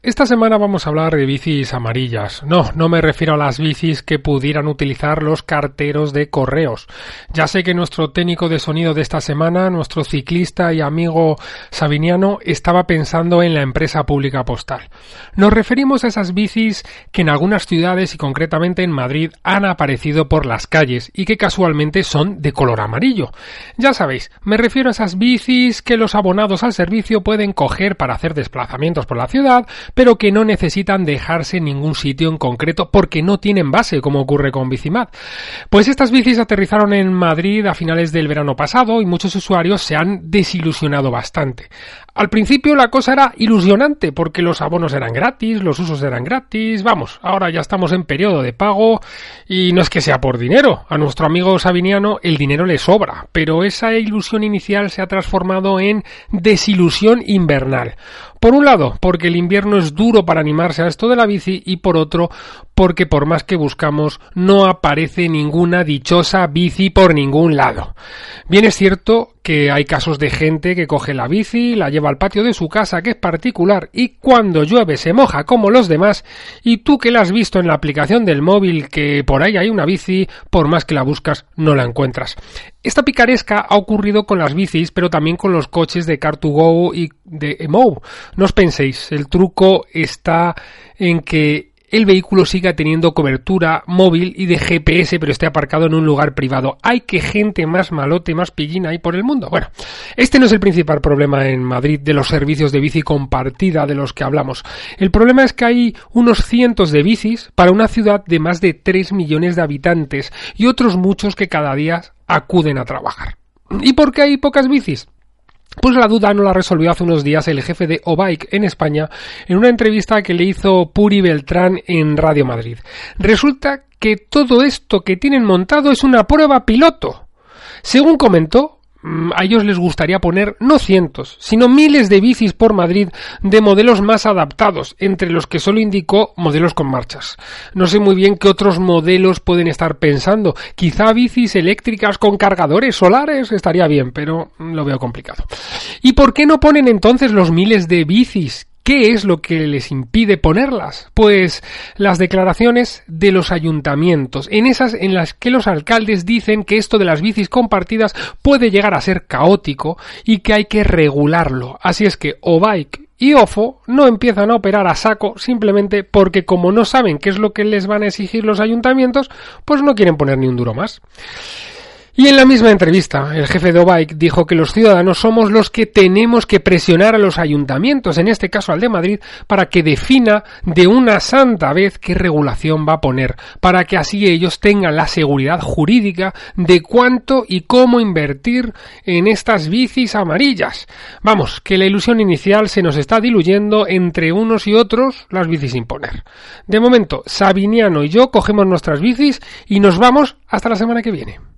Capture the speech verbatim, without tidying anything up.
Esta semana vamos a hablar de bicis amarillas. No, no me refiero a las bicis que pudieran utilizar los carteros de correos. Ya sé que nuestro técnico de sonido de esta semana, nuestro ciclista y amigo Sabiniano, estaba pensando en la empresa pública postal. Nos referimos a esas bicis que en algunas ciudades y concretamente en Madrid han aparecido por las calles y que casualmente son de color amarillo. Ya sabéis, me refiero a esas bicis que los abonados al servicio pueden coger para hacer desplazamientos por la ciudad, pero que no necesitan dejarse en ningún sitio en concreto porque no tienen base, como ocurre con Bicimad. Pues estas bicis aterrizaron en Madrid a finales del verano pasado y muchos usuarios se han desilusionado bastante. Al principio la cosa era ilusionante porque los abonos eran gratis, los usos eran gratis, vamos, ahora ya estamos en periodo de pago y no es que sea por dinero, a nuestro amigo Sabiniano el dinero le sobra, pero esa ilusión inicial se ha transformado en desilusión invernal. Por un lado, porque el invierno es duro para animarse a esto de la bici y por otro, porque por más que buscamos no aparece ninguna dichosa bici por ningún lado. Bien es cierto que hay casos de gente que coge la bici, la lleva al patio de su casa, que es particular, y cuando llueve se moja como los demás, y tú que la has visto en la aplicación del móvil que por ahí hay una bici, por más que la buscas no la encuentras. Esta picaresca ha ocurrido con las bicis, pero también con los coches de Car to Go y de Emou. No os penséis, el truco está en que el vehículo siga teniendo cobertura móvil y de G P S, pero esté aparcado en un lugar privado. Hay que gente más malote, más pillina ahí por el mundo. Bueno, este no es el principal problema en Madrid de los servicios de bici compartida de los que hablamos. El problema es que hay unos cientos de bicis para una ciudad de más de tres millones de habitantes y otros muchos que cada día acuden a trabajar. ¿Y por qué hay pocas bicis? Pues la duda no la resolvió hace unos días el jefe de Obike en España en una entrevista que le hizo Puri Beltrán en Radio Madrid. Resulta que todo esto que tienen montado es una prueba piloto. Según comentó, a ellos les gustaría poner no cientos, sino miles de bicis por Madrid de modelos más adaptados, entre los que solo indicó modelos con marchas. No sé muy bien qué otros modelos pueden estar pensando. Quizá bicis eléctricas con cargadores solares estaría bien, pero lo veo complicado. ¿Y por qué no ponen entonces los miles de bicis? ¿Qué es lo que les impide ponerlas? Pues las declaraciones de los ayuntamientos, en esas en las que los alcaldes dicen que esto de las bicis compartidas puede llegar a ser caótico y que hay que regularlo. Así es que Obike y Ofo no empiezan a operar a saco simplemente porque como no saben qué es lo que les van a exigir los ayuntamientos, pues no quieren poner ni un duro más. Y en la misma entrevista, el jefe de Obike dijo que los ciudadanos somos los que tenemos que presionar a los ayuntamientos, en este caso al de Madrid, para que defina de una santa vez qué regulación va a poner, para que así ellos tengan la seguridad jurídica de cuánto y cómo invertir en estas bicis amarillas. Vamos, que la ilusión inicial se nos está diluyendo entre unos y otros las bicis sin poner. De momento, Sabiniano y yo cogemos nuestras bicis y nos vamos hasta la semana que viene.